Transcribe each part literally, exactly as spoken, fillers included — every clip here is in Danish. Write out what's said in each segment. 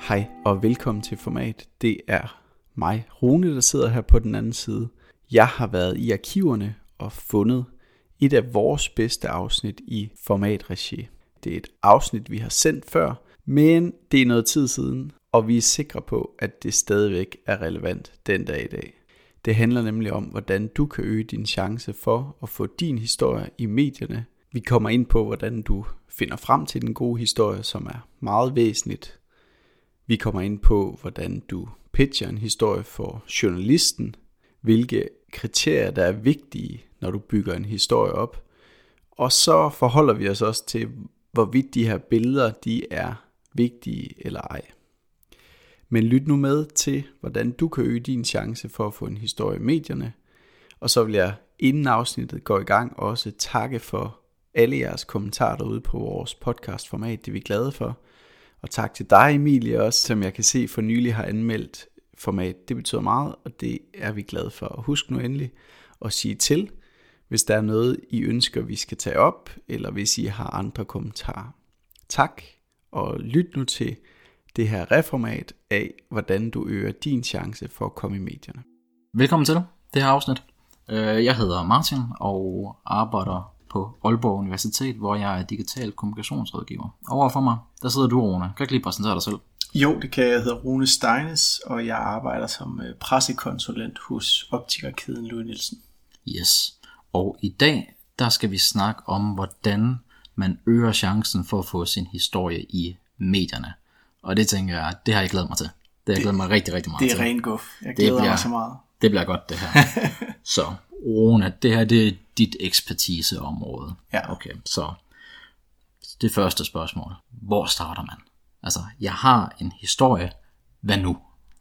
Hej og velkommen til Format. Det er mig, Rune, der sidder her på den anden side. Jeg har været i arkiverne og fundet et af vores bedste afsnit i formatregi. Det er et afsnit, vi har sendt før, men det er noget tid siden, og vi er sikre på, at det stadigvæk er relevant den dag i dag. Det handler nemlig om, hvordan du kan øge din chance for at få din historie i medierne. Vi kommer ind på, hvordan du finder frem til den gode historie, som er meget væsentligt. Vi kommer ind på, hvordan du pitcher en historie for journalisten, hvilke kriterier, der er vigtige, når du bygger en historie op. Og så forholder vi os også til, hvorvidt de her billeder, de er vigtige eller ej. Men lyt nu med til, hvordan du kan øge din chance for at få en historie i medierne. Og så vil jeg, inden afsnittet går i gang, også takke for alle jeres kommentarer derude på vores podcastformat. Det er vi glade for. Og tak til dig, Emilie, også, som jeg kan se for nylig har anmeldt format. Det betyder meget, og det er vi glade for. Og husk nu endelig at sige til, hvis der er noget, I ønsker, vi skal tage op, eller hvis I har andre kommentarer. Tak, og lyt nu til det her reformat af, hvordan du øger din chance for at komme i medierne. Velkommen til det her afsnit. Jeg hedder Martin og arbejder på Aalborg Universitet, hvor jeg er digital kommunikationsrådgiver. Overfor mig, der sidder du, Rune. Kan du ikke lige præsentere dig selv? Jo, det kan jeg. Jeg hedder Rune Steines, og jeg arbejder som pressekonsulent hos optikerkæden Louis Nielsen. Yes. Og i dag, der skal vi snakke om, hvordan man øger chancen for at få sin historie i medierne. Og det tænker jeg, det har jeg glædet mig til. Det har jeg glædet mig rigtig, rigtig meget til. til. Det er ren guf. Jeg glæder bliver, mig så meget. Det bliver godt, det her. Så, Rune, det her, det er dit ekspertiseområde. Ja. Okay, så det første spørgsmål. Hvor starter man? Altså, jeg har en historie. Hvad nu?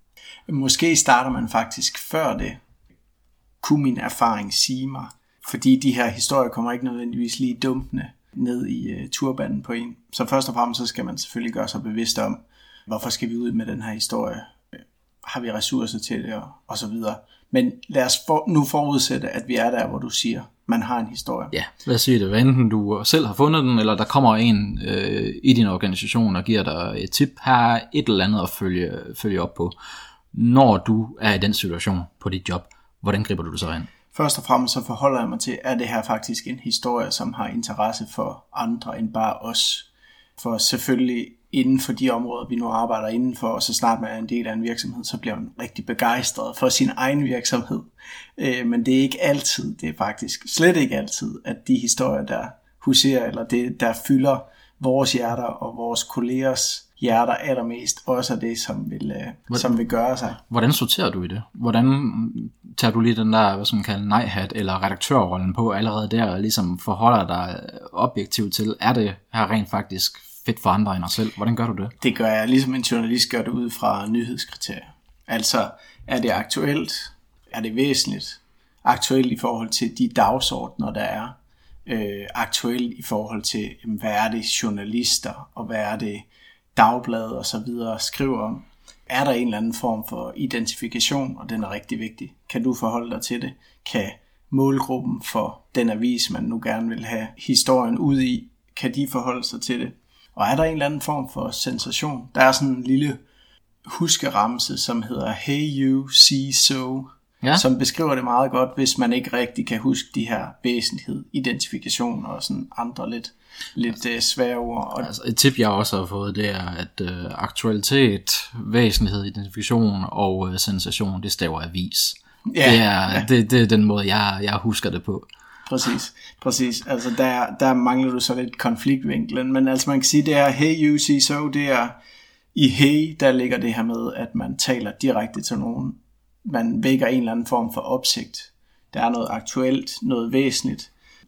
Måske starter man faktisk før det. Kunne min erfaring sige mig? Fordi de her historier kommer ikke nødvendigvis lige dumpende ned i uh, turbanen på en. Så først og fremmest så skal man selvfølgelig gøre sig bevidst om, hvorfor skal vi ud med den her historie? Har vi ressourcer til det, og, og så videre. Men lad os for, nu forudsætte, at vi er der, hvor du siger, man har en historie. Ja, lad os sige det. Hvad enten du selv har fundet den, eller der kommer en øh, i din organisation og giver dig et tip. Her er et eller andet at følge, følge op på. Når du er i den situation på dit job, hvordan griber du det så ind? Først og fremmest så forholder jeg mig til, er det her faktisk en historie, som har interesse for andre end bare os. For selvfølgelig inden for de områder, vi nu arbejder indenfor, og så snart man er en del af en virksomhed, så bliver man rigtig begejstret for sin egen virksomhed. Øh, men det er ikke altid, det er faktisk slet ikke altid, at de historier, der huserer, eller det, der fylder vores hjerter og vores kollegers hjerter allermest, også er det, som vil, hvordan, som vil gøre sig. Hvordan sorterer du i det? Hvordan tager du lige den der, hvad som man kalder nej-hat, eller redaktørrollen på allerede der, og ligesom forholder dig objektivt til, er det her rent faktisk fedt for andre end os selv? Hvordan gør du det? Det gør jeg, ligesom en journalist gør det ud fra nyhedskriterier. Altså, er det aktuelt? Er det væsentligt? Aktuelt i forhold til de dagsordner, der er. Øh, aktuelt i forhold til, hvad er det journalister, og hvad er det dagblade og så videre skriver om. Er der en eller anden form for identifikation, og den er rigtig vigtig. Kan du forholde dig til det? Kan målgruppen for den avis, man nu gerne vil have historien ud i, kan de forholde sig til det? Og er der en eller anden form for sensation? Der er sådan en lille huskeramse, som hedder Hey You, See So, ja. Som beskriver det meget godt, hvis man ikke rigtig kan huske de her væsentlighed, identifikation og sådan andre lidt, lidt altså, svære ord. Og altså, et tip, jeg også har fået, det er, at øh, aktualitet, væsentlighed, identifikation og øh, sensation, det staver avis. Ja, det, er, ja. det, det er den måde, jeg, jeg husker det på. Præcis, præcis. Altså der, der mangler du så lidt konfliktvinklen, men altså man kan sige, det er Hey You, See So, det er i Hey, der ligger det her med, at man taler direkte til nogen. Man vækker en eller anden form for opsigt. Der er noget aktuelt, noget væsentligt.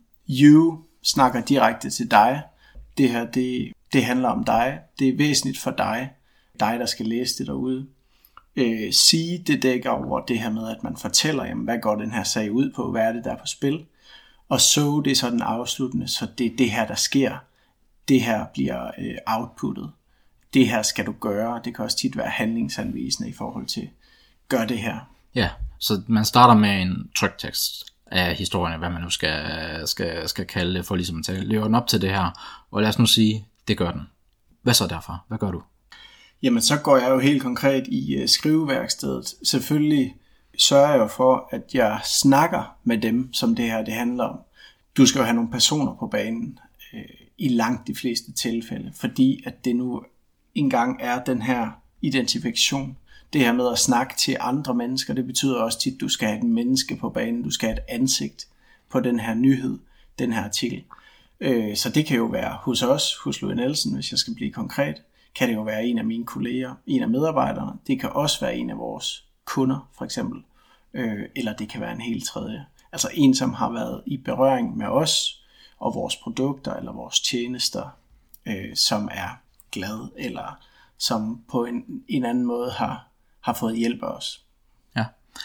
You snakker direkte til dig. Det her, det, det handler om dig. Det er væsentligt for dig. Dig, der skal læse det derude. Øh, sige, det dækker over det her med, at man fortæller, jamen, hvad går den her sag ud på? Hvad er det, der er på spil? Og så, det er så den afsluttende, så det er det her, der sker. Det her bliver øh, outputtet. Det her skal du gøre. Det kan også tit være handlingsanvisende i forhold til, gør det her. Ja, så man starter med en tryktekst af historien, hvad man nu skal, skal, skal kalde det, for ligesom at leve den op til det her. Og lad os nu sige, det gør den. Hvad så derfra? Hvad gør du? Jamen, så går jeg jo helt konkret i uh, skriveværkstedet. Selvfølgelig sørger jeg jo for, at jeg snakker med dem, som det her det handler om. Du skal jo have nogle personer på banen øh, i langt de fleste tilfælde, fordi at det nu engang er den her identifikation. Det her med at snakke til andre mennesker, det betyder også tit, at du skal have et menneske på banen, du skal have et ansigt på den her nyhed, den her artikel. Øh, så det kan jo være hos os, hos Louis Nielsen, hvis jeg skal blive konkret, kan det jo være en af mine kolleger, en af medarbejderne, det kan også være en af vores kunder, for eksempel, øh, eller det kan være en helt tredje. Altså en, som har været i berøring med os og vores produkter eller vores tjenester, øh, som er glad eller som på en, en anden måde har, har fået hjælp af os. Ja,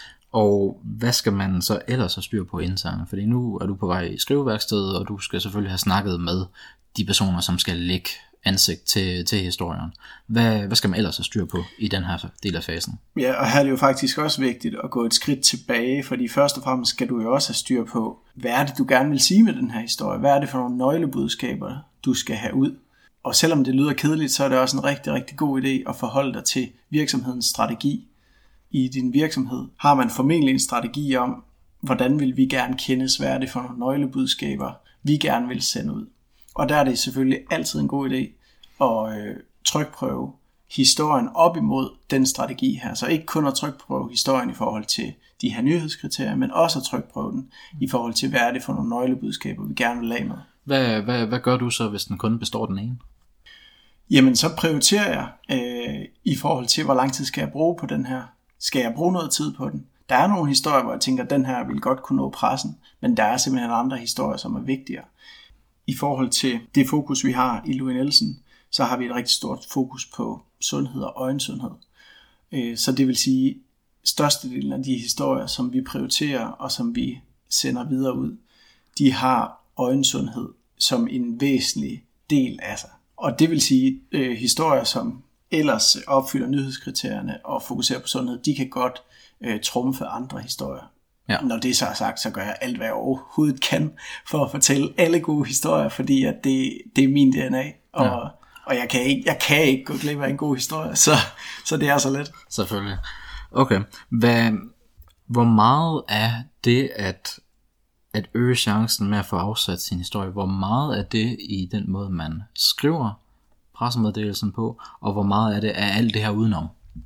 og hvad skal man så ellers have styr på internt? Fordi nu er du på vej i skriveværkstedet, og du skal selvfølgelig have snakket med de personer, som skal lægge ansigt til, til historien. Hvad, hvad skal man ellers have styr på i den her del af fasen? Ja, og her er det jo faktisk også vigtigt at gå et skridt tilbage, fordi først og fremmest skal du jo også have styr på, hvad er det, du gerne vil sige med den her historie? Hvad er det for nogle nøglebudskaber, du skal have ud? Og selvom det lyder kedeligt, så er det også en rigtig, rigtig god idé at forholde dig til virksomhedens strategi. I din virksomhed har man formentlig en strategi om, hvordan vil vi gerne kendes, hvad er det for nogle nøglebudskaber, vi gerne vil sende ud. Og der er det selvfølgelig altid en god idé at øh, trykprøve historien op imod den strategi her. Så ikke kun at trykprøve historien i forhold til de her nyhedskriterier, men også at trykprøve den i forhold til, hvad er det for nogle nøglebudskaber, vi gerne vil have med. Hvad, hvad, hvad gør du så, hvis den kun består den ene? Jamen, så prioriterer jeg øh, i forhold til, hvor lang tid skal jeg bruge på den her. Skal jeg bruge noget tid på den? Der er nogle historier, hvor jeg tænker, at den her vil godt kunne nå pressen, men der er simpelthen andre historier, som er vigtigere. I forhold til det fokus, vi har i Louis Nielsen, så har vi et rigtig stort fokus på sundhed og øjensundhed. Så det vil sige, størstedelen af de historier, som vi prioriterer og som vi sender videre ud, de har øjensundhed som en væsentlig del af sig. Og det vil sige, øh, historier, som ellers opfylder nyhedskriterierne og fokuserer på sundhed, de kan godt øh, trumfe andre historier. Ja. Når det så er sagt, så gør jeg alt, hvad jeg overhovedet kan for at fortælle alle gode historier, fordi at det, det er min D N A, og, ja. og jeg, kan ikke, jeg kan ikke gå glip af en god historie, så, så det er så let. Selvfølgelig. Okay. Hvad, hvor meget er det at, at øge chancen med at få afsat sin historie, hvor meget er det i den måde, man skriver pressemeddelelsen på, og hvor meget er det af alt det her udenom?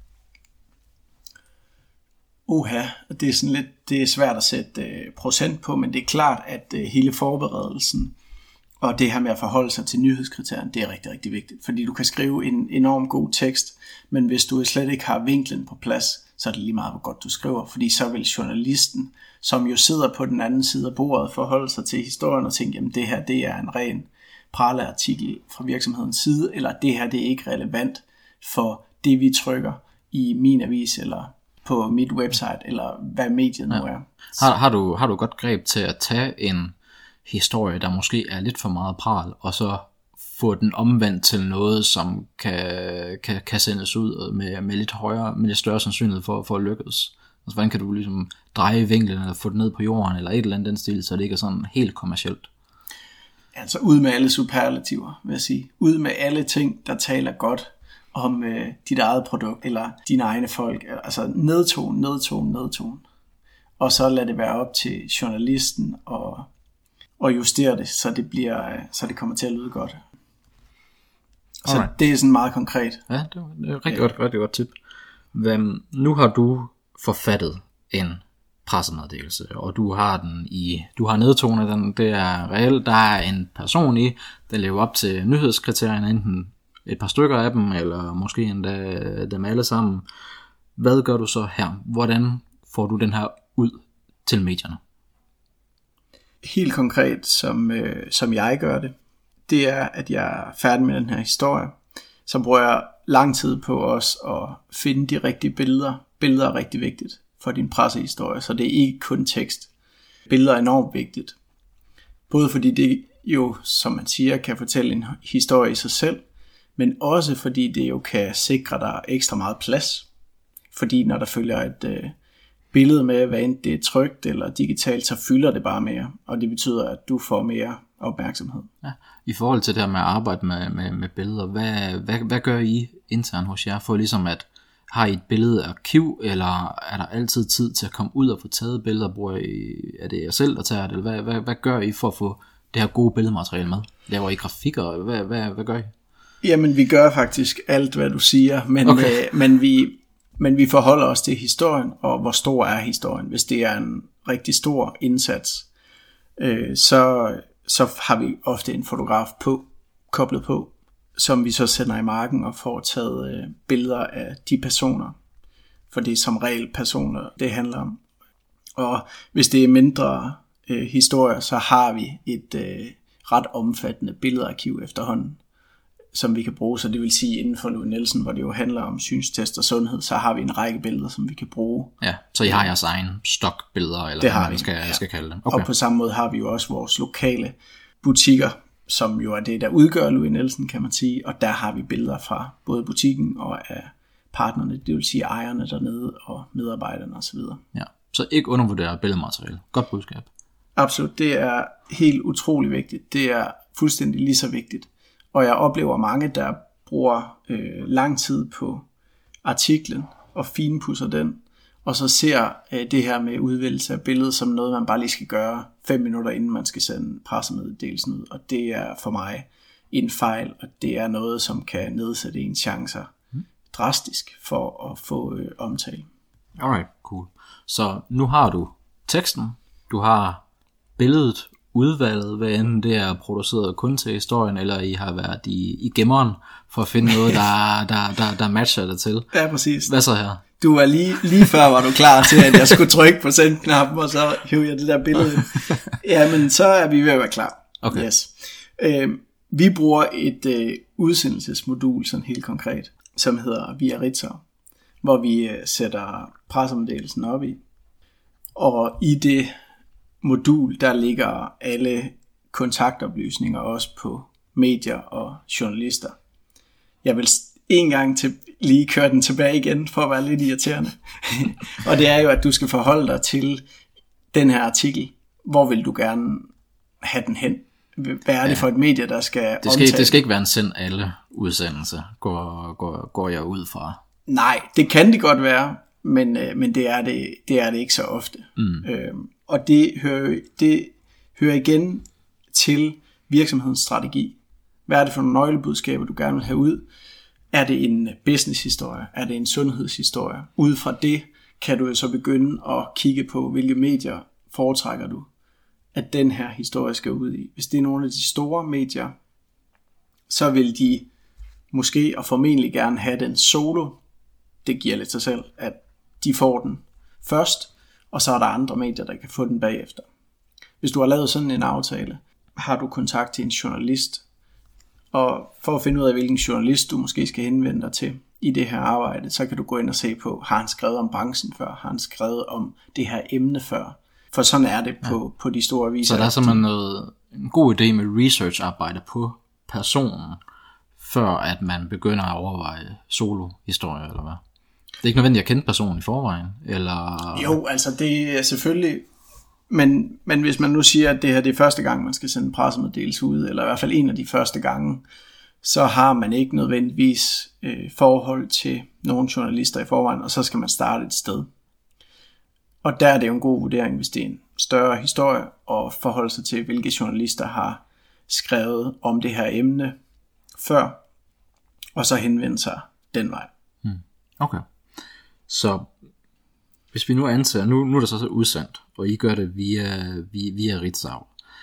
Uha, det er sådan lidt, det er svært at sætte øh, procent på, men det er klart, at øh, hele forberedelsen og det her med at forholde sig til nyhedskriterierne, det er rigtig, rigtig vigtigt, fordi du kan skrive en enorm god tekst, men hvis du slet ikke har vinklen på plads, så er det lige meget, hvor godt du skriver, fordi så vil journalisten, som jo sidder på den anden side af bordet, forholde sig til historien og tænke, jamen det her, det er en ren praleartikel fra virksomhedens side, eller det her, det er ikke relevant for det, vi trykker i min avis, eller på mit website, eller hvad mediet nu er. Ja. Har, har, du, har du godt greb til at tage en historie, der måske er lidt for meget pral, og så få den omvendt til noget, som kan, kan, kan sendes ud med, med lidt højere, med lidt større sandsynlighed for, for at lykkes? Altså, hvordan kan du ligesom dreje vinklen, eller få det ned på jorden, eller et eller andet den stil, så det ikke er sådan helt kommercielt? Altså ud med alle superlativer, vil jeg sige. Ud med alle ting, der taler godt om øh, dit eget produkt, eller dine egne folk. Altså nedtone, nedtone, nedtone. Og så lad det være op til journalisten og, og justere det, så det, bliver, så det kommer til at lyde godt. Så Alright. Det er sådan meget konkret. Ja, det er, det er et rigtig, ja. godt, rigtig godt tip. Hvem, nu har du forfattet en pressemeddelelse, og du har den i, du har nedtonet den, det er reelt, der er en person i, der lever op til nyhedskriterierne, enten et par stykker af dem, eller måske endda dem alle sammen. Hvad gør du så her? Hvordan får du den her ud til medierne? Helt konkret, som, øh, som jeg gør det, det er, at jeg er færdig med den her historie. Så bruger jeg lang tid på os at finde de rigtige billeder. Billeder er rigtig vigtigt for din pressehistorie, så det er ikke kun tekst. Billeder er enormt vigtigt. Både fordi det jo, som man siger, kan fortælle en historie i sig selv, men også fordi det jo kan sikre dig ekstra meget plads. Fordi når der følger et øh, billede med, hvad enten det er trykt eller digitalt, så fylder det bare mere, og det betyder, at du får mere opmærksomhed. Ja. I forhold til det her med at arbejde med, med, med billeder, hvad, hvad, hvad gør I internt hos jer, for ligesom at, har I et billedarkiv, eller er der altid tid til at komme ud og få taget billeder? Bruger I, er det jer selv, der tager det, eller hvad, hvad, hvad gør I for at få det her gode billedmateriale med? Laver I grafikker? Hvad, hvad, hvad gør I? Jamen, vi gør faktisk alt, hvad du siger, men, okay. øh, men, vi, men vi forholder os til historien, og hvor stor er historien. Hvis det er en rigtig stor indsats, øh, så, så har vi ofte en fotograf på, koblet på, som vi så sender i marken og får taget øh, billeder af de personer. For det er som regel personer, det handler om. Og hvis det er mindre øh, historier, så har vi et øh, ret omfattende billedarkiv efterhånden, som vi kan bruge. Så det vil sige, inden for Louis Nielsen, hvor det jo handler om synstest og sundhed, så har vi en række billeder, som vi kan bruge. Ja, så I har jeres egen stokbilleder, eller det hvad har man vi. skal, Ja. skal kalde dem. Okay. Og på samme måde har vi jo også vores lokale butikker, som jo er det, der udgør Louis Nielsen, kan man sige. Og der har vi billeder fra både butikken og af partnerne, det vil sige ejerne dernede og medarbejderne osv. Ja, så ikke undervurdere billedmateriale. Godt budskab. Absolut, det er helt utrolig vigtigt. Det er fuldstændig lige så vigtigt. Og jeg oplever mange, der bruger øh, lang tid på artiklen og finpudser den, og så ser øh, det her med udvælgelse af billedet som noget, man bare lige skal gøre fem minutter, inden man skal sende pressemeddelelsen ud. Og det er for mig en fejl, og det er noget, som kan nedsætte ens chancer mm. drastisk for at få øh, omtale. Alright, cool. Så nu har du teksten, du har billedet, udvalget, hvad enten det er produceret kun til historien, eller I har været i, i gemmeren for at finde noget, der, der, der, der matcher det til. Ja, præcis. Hvad så her? Du var lige, lige før var du klar til, at jeg skulle trykke på send-knappen, og så hævde jeg det der billede. Jamen, så er vi ved at være klar. Okay. Yes. Øh, vi bruger et øh, udsendelsesmodul, sådan helt konkret, som hedder Via Ritzau, hvor vi øh, sætter pressemeddelelsen op i. Og i det modul, der ligger alle kontaktoplysninger også på medier og journalister. Jeg vil en gang til lige køre den tilbage igen, for at være lidt irriterende. Og det er jo, at du skal forholde dig til den her artikel. Hvor vil du gerne have den hen? Hvad er det ja. for et medie, der skal det skal, omtale? det skal ikke være en send alle udsendelse, går, går, går jeg ud fra. Nej, det kan det godt være, men, men det, er det, det er det ikke så ofte. Mm. Øhm, og det hører, det hører igen til virksomhedens strategi. Hvad er det for nogle nøglebudskaber, du gerne vil have ud? Er det en business-historie? Er det en sundhedshistorie? Ud fra det kan du så begynde at kigge på, hvilke medier foretrækker du, at den her historie skal ud i. Hvis det er nogle af de store medier, så vil de måske og formentlig gerne have den solo. Det giver lidt sig selv, at de får den først, og så er der andre medier, der kan få den bagefter. Hvis du har lavet sådan en aftale, har du kontakt til en journalist, og for at finde ud af, hvilken journalist du måske skal henvende dig til i det her arbejde, så kan du gå ind og se på, har han skrevet om branchen før? Har han skrevet om det her emne før? For sådan er det på, ja. på de store aviser. Så der er simpelthen noget, en god idé med research-arbejde på personen, før at man begynder at overveje solo-historier, eller hvad? Det er ikke nødvendigt at kende personen i forvejen, eller... Jo, altså det er selvfølgelig... Men, men hvis man nu siger, at det her det er første gang, man skal sende en pressemeddelelse ud, eller i hvert fald en af de første gange, så har man ikke nødvendigvis øh, forhold til nogle journalister i forvejen, og så skal man starte et sted. Og der er det jo en god vurdering, hvis det er en større historie, og forholde sig til, hvilke journalister har skrevet om det her emne før, og så henvende sig den vej. Hmm. Okay. Så hvis vi nu antager, nu, nu er det så, så udsendt, og I gør det via, via, via Ritzau.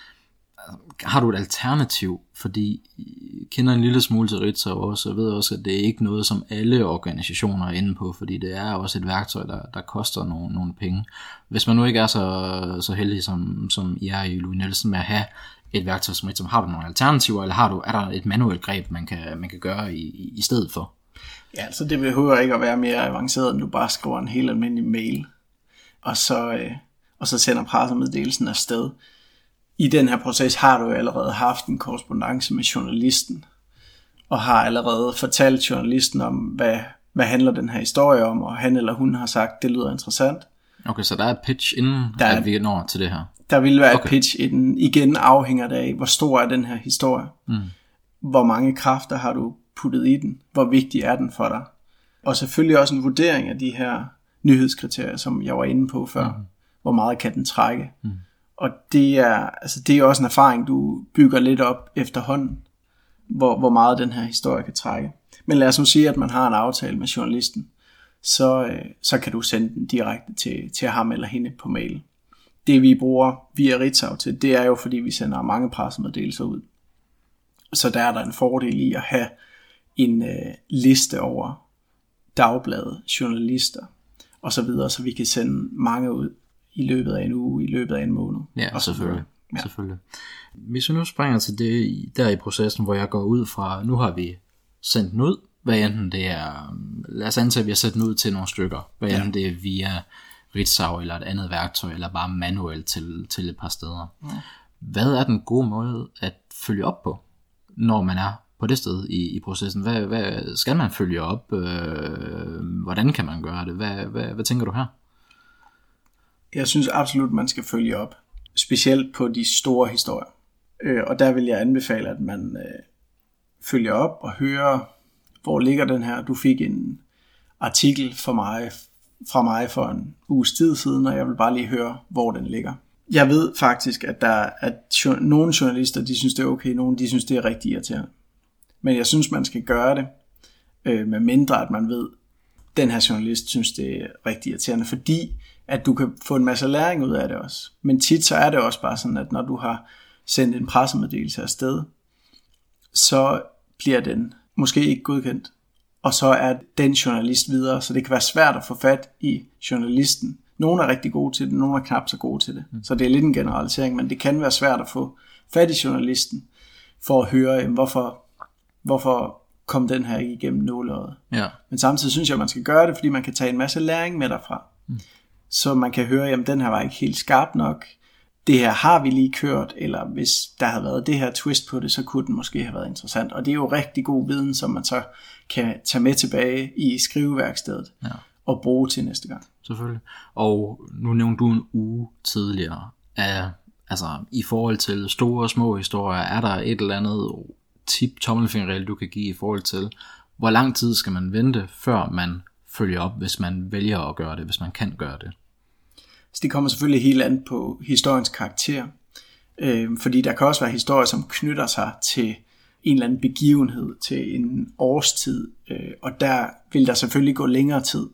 Har du et alternativ, fordi I kender en lille smule til Ritzau også, og ved også, at det er ikke noget, som alle organisationer er inde på, fordi det er også et værktøj, der, der koster nogle, nogle penge. Hvis man nu ikke er så, så heldig, som, som I er i Louis Nielsen, med at have et værktøj som Ritzau, har du nogle alternativer, eller har du, er der et manuelt greb, man kan, man kan gøre i, i stedet for? Ja, så det behøver ikke at være mere avanceret, end du bare skriver en helt almindelig mail, og så, øh, og så sender pressemeddelelsen afsted. I den her proces har du allerede haft en korrespondance med journalisten, og har allerede fortalt journalisten om, hvad, hvad handler den her historie om, og han eller hun har sagt, det lyder interessant. Okay, så der er et pitch inden, der er, at vi når til det her? Der vil være okay. et pitch inden. Igen afhænger det af, hvor stor er den her historie. Mm. Hvor mange kræfter har du puttet i den? Hvor vigtig er den for dig? Og selvfølgelig også en vurdering af de her nyhedskriterier, som jeg var inde på før. Mm. Hvor meget kan den trække? Mm. Og det er, altså det er også en erfaring, du bygger lidt op efterhånden, hvor, hvor meget den her historie kan trække. Men lad os nu sige, at man har en aftale med journalisten, så, øh, så kan du sende den direkte til, til ham eller hende på mail. Det vi bruger via Ritzau til, det er jo fordi vi sender mange pressemeddelelser ud. Så der er der en fordel i at have en øh, liste over dagblade, journalister og så videre, så vi kan sende mange ud i løbet af en uge, i løbet af en måned. Ja, og selvfølgelig. Ja. selvfølgelig. Hvis vi nu springer til det der i processen, hvor jeg går ud fra, nu har vi sendt den ud, hvad enten det er, lad os antage, at vi har sendt den ud til nogle stykker, hvad enten ja. det er via Ritzau eller et andet værktøj, eller bare manuelt til, til et par steder. Ja. Hvad er den gode måde at følge op på, når man er på det sted i, i processen? Hvad, hvad skal man følge op? Øh, hvordan kan man gøre det? Hvad, hvad, hvad tænker du her? Jeg synes absolut, man skal følge op, specielt på de store historier. Øh, og der vil jeg anbefale, at man øh, følger op og hører, hvor ligger den her. Du fik en artikel fra mig, fra mig for en uges tid siden, og jeg vil bare lige høre, hvor den ligger. Jeg ved faktisk, at der at jo, nogle journalister, de synes, det er okay, nogle de synes, det er rigtig irriterende. Men jeg synes, man skal gøre det, øh, med mindre at man ved, den her journalist synes, det er rigtig irriterende, fordi at du kan få en masse læring ud af det også. Men tit så er det også bare sådan, at når du har sendt en pressemeddelelse afsted, så bliver den måske ikke godkendt, og så er den journalist videre, så det kan være svært at få fat i journalisten. Nogle er rigtig gode til det, nogle er knap så gode til det. Mm. Så det er lidt en generalisering, men det kan være svært at få fat i journalisten, for at høre, jamen, hvorfor, hvorfor kom den her ikke igennem nåleøjet. Ja. Men samtidig synes jeg, at man skal gøre det, fordi man kan tage en masse læring med derfra. Mm. Så man kan høre, jamen den her var ikke helt skarp nok, det her har vi lige kørt, eller hvis der havde været det her twist på det, så kunne den måske have været interessant. Og det er jo rigtig god viden, som man så kan tage med tilbage i skriveværkstedet, ja. Og bruge til næste gang. Selvfølgelig. Og nu nævnte du en uge tidligere. Er, altså i forhold til store og små historier, er der et eller andet tip, tommelfingerregel, du kan give i forhold til, hvor lang tid skal man vente, før man følger op, hvis man vælger at gøre det, hvis man kan gøre det? Så det kommer selvfølgelig helt an på historiens karakter, øh, fordi der kan også være historier, som knytter sig til en eller anden begivenhed, til en årstid, øh, og der vil der selvfølgelig gå længere tid.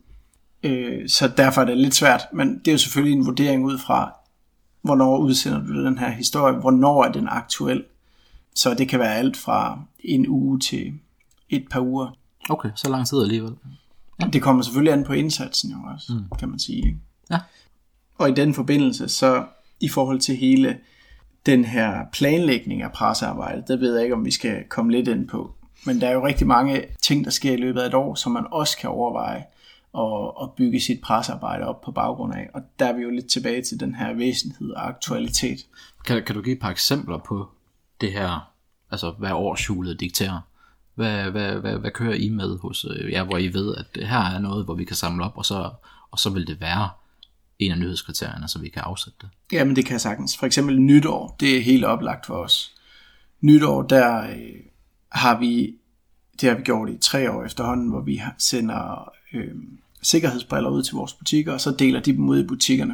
Øh, så derfor er det lidt svært, men det er jo selvfølgelig en vurdering ud fra, hvornår udsender du den her historie, hvornår er den aktuel. Så det kan være alt fra en uge til et par uger. Okay, så lang tid alligevel. Ja. Det kommer selvfølgelig an på indsatsen jo også, mm. kan man sige. Ikke? Ja. Og i den forbindelse, så i forhold til hele den her planlægning af pressearbejdet, der ved jeg ikke, om vi skal komme lidt ind på. Men der er jo rigtig mange ting, der sker i løbet af et år, som man også kan overveje at, at bygge sit pressearbejde op på baggrund af. Og der er vi jo lidt tilbage til den her væsentlighed og aktualitet. Kan, kan du give et par eksempler på det her, altså hvad årshjulet dikterer? Hvad, hvad, hvad, hvad kører I med hos jer, hvor I ved, at det her er noget, hvor vi kan samle op, og så, og så vil det være en af nyhedskriterierne, så vi kan afsætte det? Jamen det kan jeg sagtens. For eksempel nytår, det er helt oplagt for os. Nytår, der øh, har vi, det har vi gjort i tre år efterhånden, hvor vi sender øh, sikkerhedsbriller ud til vores butikker, og så deler de dem ud i butikkerne.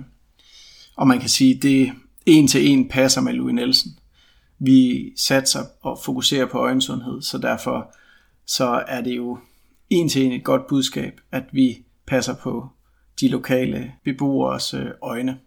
Og man kan sige, det en til en passer med Louis Nielsen. Vi satser og fokuserer på øjensundhed, så derfor så er det jo en til en et godt budskab, at vi passer på de lokale beboeres øjne.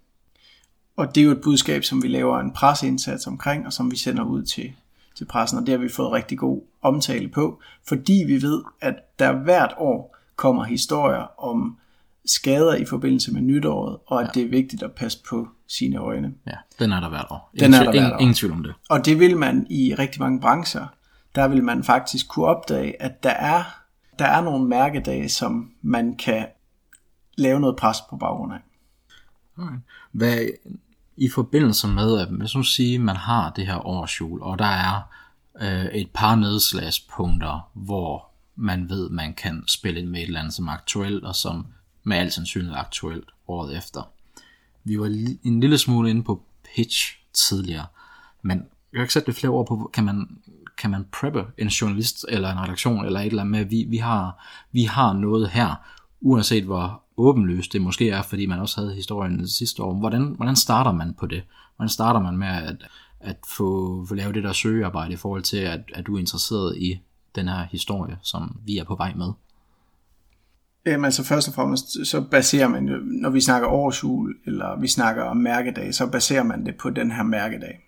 Og det er jo et budskab, som vi laver en presseindsats omkring, og som vi sender ud til, til pressen, og det har vi fået rigtig god omtale på, fordi vi ved, at der hvert år kommer historier om skader i forbindelse med nytåret, og at ja. Det er vigtigt at passe på sine øjne. Ja, den er der hvert år. Den er der hvert år. Ingen tvivl om det. Og det vil man i rigtig mange brancher, der vil man faktisk kunne opdage, at der er, der er nogle mærkedage, som man kan lave noget pres på baggrund af. Okay. Hvad i forbindelse med, at hvis man siger, at man har det her årshjul, og der er øh, et par nedslagspunkter, hvor man ved, man kan spille ind med et eller andet, som er aktuelt, og som med al sandsynlighed aktuelt året efter. Vi var en lille smule inde på pitch tidligere, men jeg har ikke sat lidt flere ord på, kan man, kan man preppe en journalist eller en redaktion eller et eller andet med, vi, vi, har, vi har noget her, uanset hvor åbenlyst det måske er, fordi man også havde historien sidste år. Hvordan, hvordan starter man på det? Hvordan starter man med at, at få, få lavet det der søgearbejde i forhold til, at, at du er interesseret i den her historie, som vi er på vej med? Jamen altså først og fremmest, så baserer man jo, når vi snakker årsjul, eller vi snakker om mærkedag, så baserer man det på den her mærkedag.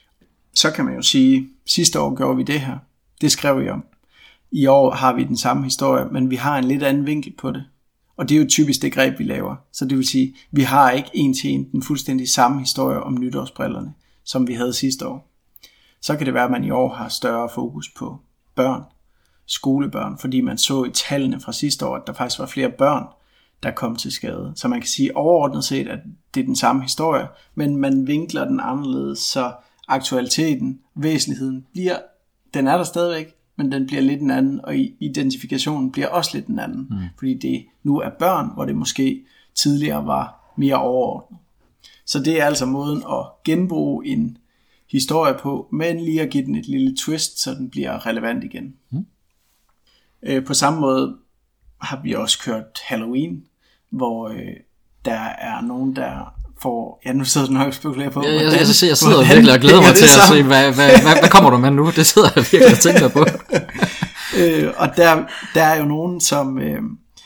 Så kan man jo sige, sidste år gjorde vi det her, det skrev vi om. I år har vi den samme historie, men vi har en lidt anden vinkel på det. Og det er jo typisk det greb, vi laver. Så det vil sige, vi har ikke en til en den fuldstændig samme historie om nytårsbrillerne, som vi havde sidste år. Så kan det være, at man i år har større fokus på børn, skolebørn, fordi man så i tallene fra sidste år, at der faktisk var flere børn, der kom til skade. Så man kan sige overordnet set, at det er den samme historie, men man vinkler den anderledes, så aktualiteten, væsentligheden bliver, den er der stadigvæk, men den bliver lidt en anden, og identifikationen bliver også lidt en anden, mm. fordi det nu er børn, hvor det måske tidligere var mere overordnet. Så det er altså måden at genbruge en historie på, men lige at give den et lille twist, så den bliver relevant igen. Mm. Øh, på samme måde har vi også kørt Halloween, hvor øh, der er nogen, der får... Ja, nu sidder du nok og spekulerer på... Ja, jeg, jeg, jeg, sidder, jeg sidder virkelig og glæder mig til at se, hvad, hvad, hvad, hvad kommer du med nu? Det sidder jeg virkelig og tænker på. øh, og der, der er jo nogen, som, øh,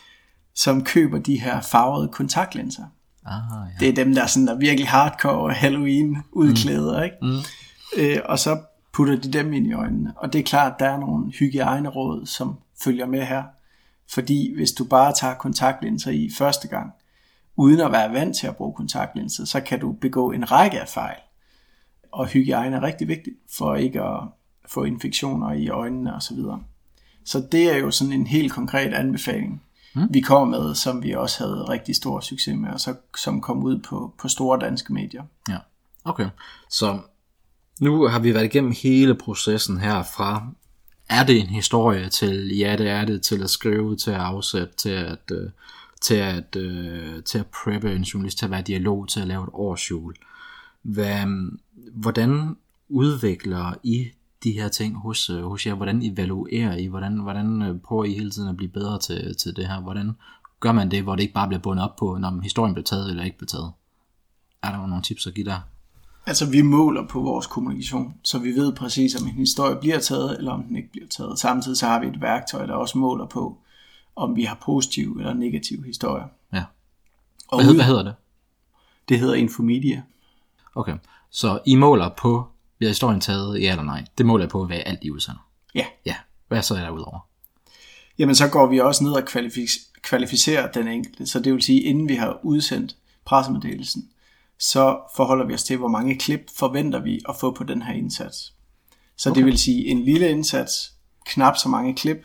som køber de her farvede kontaktlinser. Ah, ja. Det er dem, der, sådan, der virkelig hardcore Halloween-udklæder, mm. ikke? Mm. Øh, og så putter de dem ind i øjnene. Og det er klart, at der er nogle hygiejneråd, som følger med her. Fordi hvis du bare tager kontaktlinser i første gang, uden at være vant til at bruge kontaktlinser, så kan du begå en række af fejl. Og hygiejne er rigtig vigtigt for ikke at få infektioner i øjnene osv. Så, så det er jo sådan en helt konkret anbefaling, mm. vi kommer med, som vi også havde rigtig stor succes med, og så, som kom ud på, på store danske medier. Ja, okay. Så nu har vi været igennem hele processen her fra, er det en historie til, ja det er det, til at skrive, til at afsætte, til at... Øh, til at, øh, til at preppe en journalist, til at være i dialog, til at lave et årsjul. Hvad, hvordan udvikler I de her ting hos, hos jer? Hvordan evaluerer I? Hvordan, hvordan prøver I hele tiden at blive bedre til, til det her? Hvordan gør man det, hvor det ikke bare bliver bundet op på, når historien bliver taget eller ikke bliver taget? Er der nogle tips at give der? Altså vi måler på vores kommunikation, så vi ved præcis, om en historie bliver taget, eller om den ikke bliver taget. Samtidig så har vi et værktøj, der også måler på, om vi har positive eller negative historier. Ja. Hvad, ud, hvad hedder det? Det hedder Infomedia. Okay, så I måler på, bliver historien taget, ja eller nej? Det måler på, hvad alt I udsender? Ja. Ja, hvad så er der udover? Jamen så går vi også ned og kvalific- kvalificerer den enkelte, så det vil sige, inden vi har udsendt pressemeddelelsen, så forholder vi os til, hvor mange klip forventer vi at få på den her indsats. Så okay. Det vil sige, en lille indsats, knap så mange klip,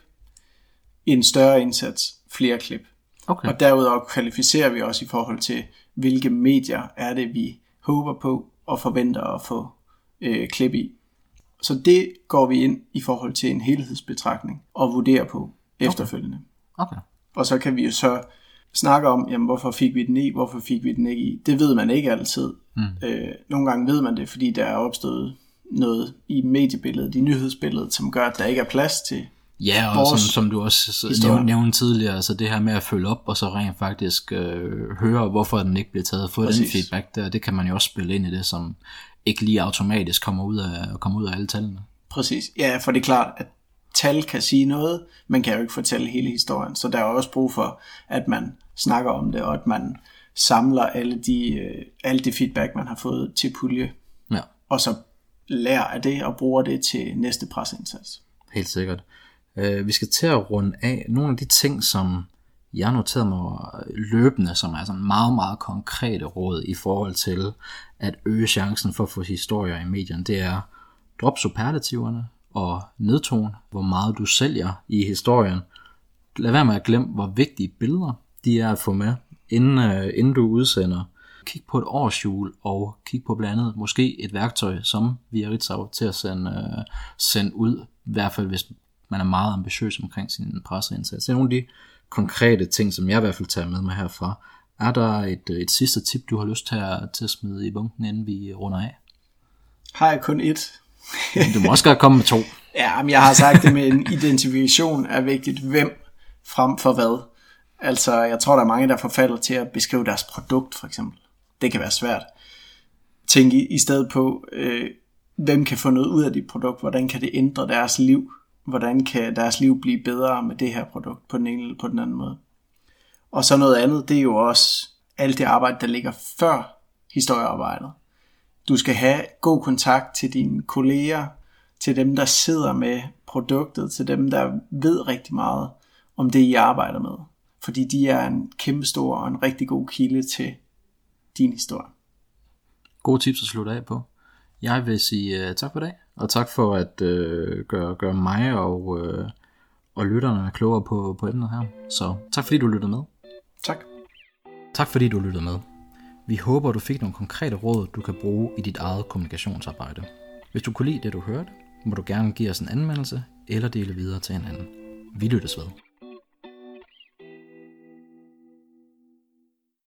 en større indsats, flere klip. Okay. Og derudover kvalificerer vi også i forhold til, hvilke medier er det, vi håber på og forventer at få øh, klip i. Så det går vi ind i forhold til en helhedsbetragtning og vurderer på efterfølgende. Okay. Okay. Og så kan vi jo så snakke om, jamen, hvorfor fik vi den i, hvorfor fik vi den ikke i. Det ved man ikke altid. Mm. Øh, nogle gange ved man det, fordi der er opstået noget i mediebilledet, i nyhedsbilledet, som gør, at der ikke er plads til. Ja, og som, som du også nævnte, nævnte tidligere, altså det her med at følge op, og så rent faktisk øh, høre, hvorfor den ikke bliver taget, få den feedback der, det kan man jo også spille ind i det, som ikke lige automatisk kommer ud af, kommer ud af alle tallene. Præcis, ja, for det er klart, at tal kan sige noget, man kan jo ikke fortælle hele historien, så der er også brug for, at man snakker om det, og at man samler alle de, øh, alle de feedback, man har fået til pulje, ja. Og så lærer af det, og bruger det til næste presseindsats. Helt sikkert. Uh, vi skal til at runde af nogle af de ting, som jeg noterede mig løbende, som er sådan meget, meget konkrete råd i forhold til at øge chancen for at få historier i medierne. Det er drop superlativerne og nedtone, hvor meget du sælger i historien. Lad være med at glemme, hvor vigtige billeder de er at få med, inden, uh, inden du udsender. Kig på et årsjul, og kig på blandt andet måske et værktøj, som vi er Ritzau til at sende, uh, sende ud, i hvert fald hvis man er meget ambitiøs omkring sin presseindsats. Det er nogle af de konkrete ting, som jeg i hvert fald tager med mig herfra. Er der et, et sidste tip, du har lyst til at, til at smide i bunken, inden vi runder af? Har jeg kun et? Du må også godt komme med to. Ja, men jeg har sagt det med en identifikation er vigtigt. Hvem frem for hvad? Altså, jeg tror, der er mange, der forfalder til at beskrive deres produkt, for eksempel. Det kan være svært. Tænk i, i stedet på, øh, hvem kan få noget ud af dit produkt? Hvordan kan det ændre deres liv? Hvordan kan deres liv blive bedre med det her produkt på den ene eller på den anden måde? Og så noget andet, det er jo også alt det arbejde, der ligger før historiearbejdet. Du skal have god kontakt til dine kolleger, til dem, der sidder med produktet, til dem, der ved rigtig meget om det, I arbejder med. Fordi de er en kæmpe stor og en rigtig god kilde til din historie. Gode tips at slutte af på. Jeg vil sige uh, tak for i dag, og tak for at uh, gøre, gøre mig og, uh, og lytterne klogere på, på emnet her. Så tak fordi du lyttede med. Tak. Tak fordi du lyttede med. Vi håber, du fik nogle konkrete råd, du kan bruge i dit eget kommunikationsarbejde. Hvis du kunne lide det, du hørte, må du gerne give os en anmeldelse eller dele videre til en anden. Vi lyttes ved.